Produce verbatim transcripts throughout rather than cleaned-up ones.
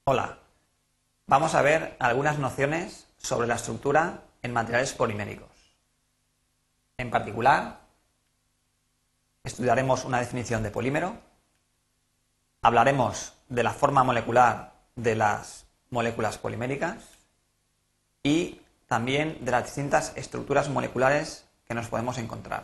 Hola, vamos a ver algunas nociones sobre la estructura en materiales poliméricos. En particular, estudiaremos una definición de polímero, hablaremos de la forma molecular de las moléculas poliméricas y también de las distintas estructuras moleculares que nos podemos encontrar.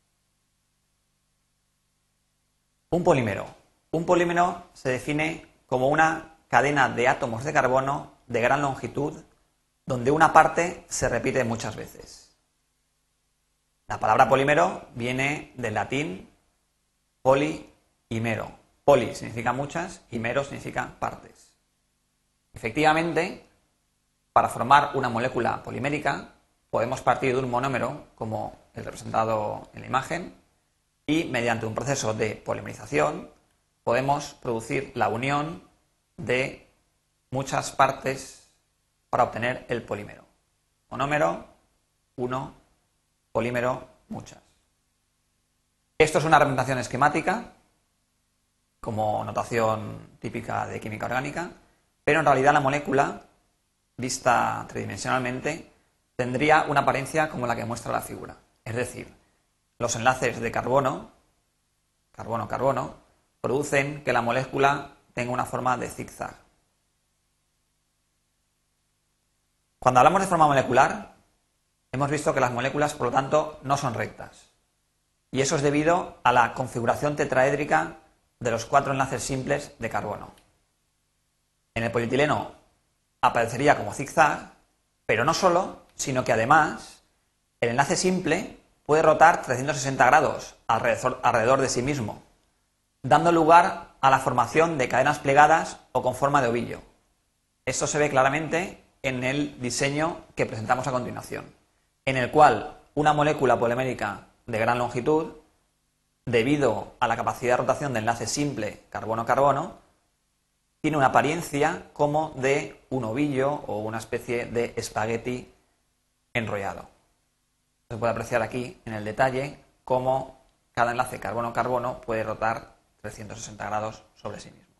Un polímero. Un polímero se define como una cadena de átomos de carbono de gran longitud donde una parte se repite muchas veces. La palabra polímero viene del latín poli y mero. Poli significa muchas y mero significa partes. Efectivamente, para formar una molécula polimérica podemos partir de un monómero como el representado en la imagen y mediante un proceso de polimerización podemos producir la unión de muchas partes para obtener el polímero. Monómero, uno, polímero, muchas. Esto es una representación esquemática, como notación típica de química orgánica, pero en realidad la molécula, vista tridimensionalmente, tendría una apariencia como la que muestra la figura. Es decir, los enlaces de carbono, carbono-carbono, producen que la molécula tenga una forma de zigzag. Cuando hablamos de forma molecular, hemos visto que las moléculas, por lo tanto, no son rectas. Y eso es debido a la configuración tetraédrica de los cuatro enlaces simples de carbono. En el polietileno aparecería como zigzag, pero no solo, sino que además el enlace simple puede rotar trescientos sesenta grados alrededor, alrededor de sí mismo, dando lugar a la formación de cadenas plegadas o con forma de ovillo. Esto se ve claramente en el diseño que presentamos a continuación, en el cual una molécula polimérica de gran longitud, debido a la capacidad de rotación del enlace simple carbono-carbono, tiene una apariencia como de un ovillo o una especie de espagueti enrollado. Se puede apreciar aquí en el detalle cómo cada enlace carbono-carbono puede rotar trescientos sesenta grados sobre sí mismo.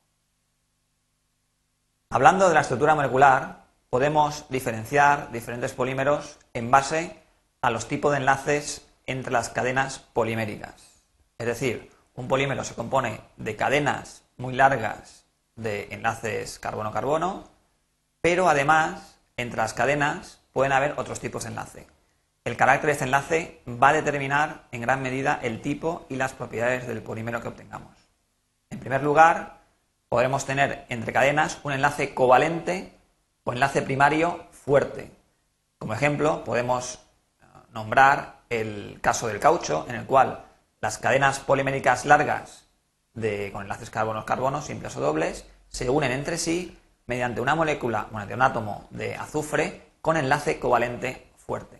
Hablando de la estructura molecular, podemos diferenciar diferentes polímeros en base a los tipos de enlaces entre las cadenas poliméricas. Es decir, un polímero se compone de cadenas muy largas de enlaces carbono-carbono, pero además, entre las cadenas pueden haber otros tipos de enlace. El carácter de este enlace va a determinar en gran medida el tipo y las propiedades del polímero que obtengamos. En primer lugar, podremos tener entre cadenas un enlace covalente o enlace primario fuerte. Como ejemplo, podemos nombrar el caso del caucho, en el cual las cadenas poliméricas largas de, con enlaces carbono-carbono, simples o dobles, se unen entre sí mediante una molécula, mediante un átomo de azufre con enlace covalente fuerte.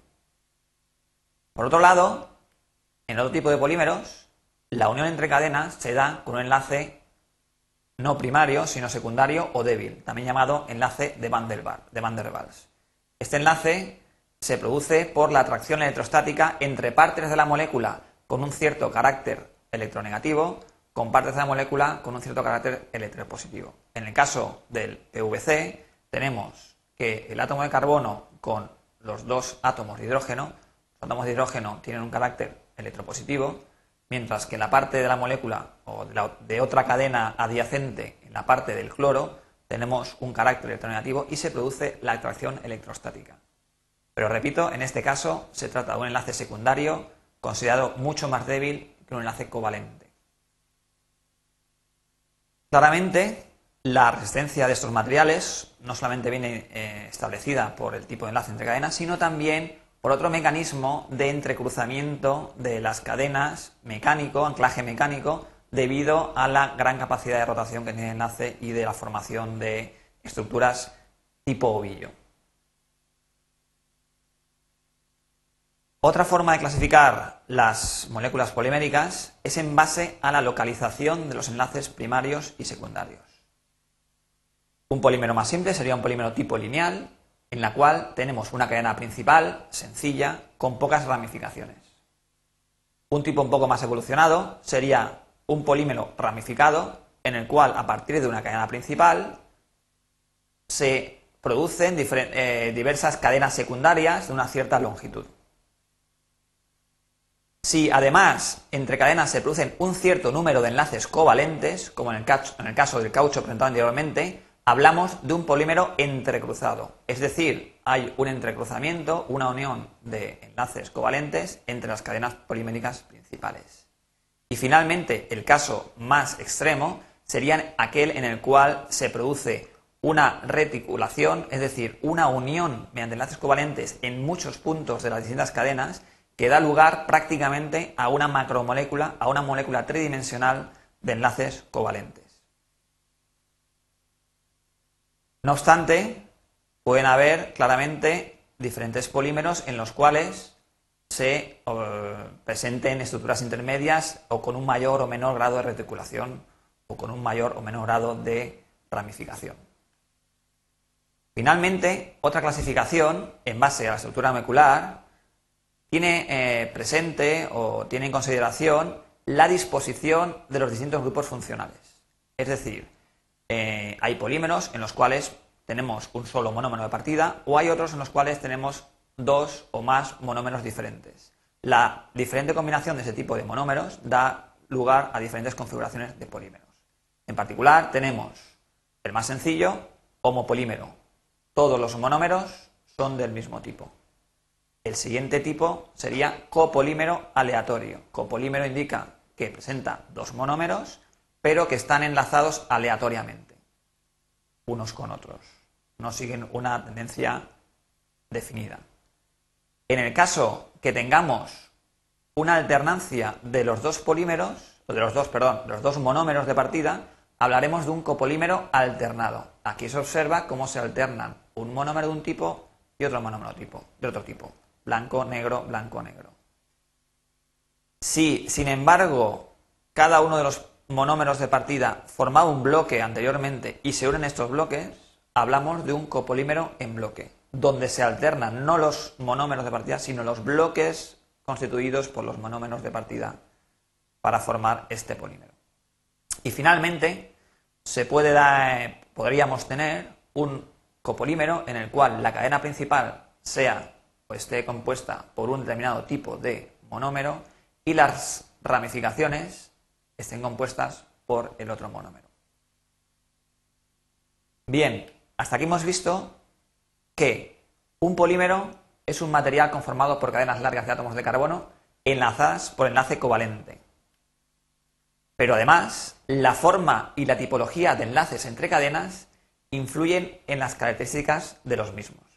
Por otro lado, en otro tipo de polímeros, la unión entre cadenas se da con un enlace no primario, sino secundario o débil, también llamado enlace de Van der Waals. Este enlace se produce por la atracción electrostática entre partes de la molécula con un cierto carácter electronegativo con partes de la molécula con un cierto carácter electropositivo. En el caso del P V C tenemos que el átomo de carbono con los dos átomos de hidrógeno, los átomos de hidrógeno tienen un carácter electropositivo, mientras que en la parte de la molécula o de, la, de otra cadena adyacente, en la parte del cloro, tenemos un carácter electronegativo y se produce la atracción electrostática. Pero repito, en este caso se trata de un enlace secundario considerado mucho más débil que un enlace covalente. Claramente, la resistencia de estos materiales no solamente viene eh, establecida por el tipo de enlace entre cadenas, sino también por otro mecanismo de entrecruzamiento de las cadenas mecánico, anclaje mecánico, debido a la gran capacidad de rotación que tiene el enlace y de la formación de estructuras tipo ovillo. Otra forma de clasificar las moléculas poliméricas es en base a la localización de los enlaces primarios y secundarios. Un polímero más simple sería un polímero tipo lineal, en la cual tenemos una cadena principal, sencilla, con pocas ramificaciones. Un tipo un poco más evolucionado sería un polímero ramificado, en el cual a partir de una cadena principal se producen eh, diversas cadenas secundarias de una cierta longitud. Si además entre cadenas se producen un cierto número de enlaces covalentes, como en el caso, en el caso del caucho presentado anteriormente, hablamos de un polímero entrecruzado. Es decir, hay un entrecruzamiento, una unión de enlaces covalentes entre las cadenas poliméricas principales. Y finalmente, el caso más extremo sería aquel en el cual se produce una reticulación, es decir, una unión mediante enlaces covalentes en muchos puntos de las distintas cadenas, que da lugar prácticamente a una macromolécula, a una molécula tridimensional de enlaces covalentes. No obstante, pueden haber claramente diferentes polímeros en los cuales se eh, presenten estructuras intermedias o con un mayor o menor grado de reticulación o con un mayor o menor grado de ramificación. Finalmente, otra clasificación en base a la estructura molecular tiene eh, presente o tiene en consideración la disposición de los distintos grupos funcionales. Es decir, eh, hay polímeros en los cuales tenemos un solo monómero de partida o hay otros en los cuales tenemos dos o más monómeros diferentes. La diferente combinación de ese tipo de monómeros da lugar a diferentes configuraciones de polímeros. En particular tenemos el más sencillo, homopolímero. Todos los monómeros son del mismo tipo. El siguiente tipo sería copolímero aleatorio. Copolímero indica que presenta dos monómeros, pero que están enlazados aleatoriamente, unos con otros. No siguen una tendencia definida. En el caso que tengamos una alternancia de los dos polímeros, o de los dos, perdón, los dos monómeros de partida, hablaremos de un copolímero alternado. Aquí se observa cómo se alternan un monómero de un tipo y otro monómero tipo, de otro tipo. Blanco, negro, blanco, negro. Si, sin embargo, cada uno de los monómeros de partida formaba un bloque anteriormente y se unen estos bloques, hablamos de un copolímero en bloque, donde se alternan no los monómeros de partida, sino los bloques constituidos por los monómeros de partida para formar este polímero. Y finalmente, se puede dar, podríamos tener un copolímero en el cual la cadena principal sea o esté compuesta por un determinado tipo de monómero y las ramificaciones estén compuestas por el otro monómero. Bien, hasta aquí hemos visto que un polímero es un material conformado por cadenas largas de átomos de carbono enlazadas por enlace covalente. Pero además, la forma y la tipología de enlaces entre cadenas influyen en las características de los mismos.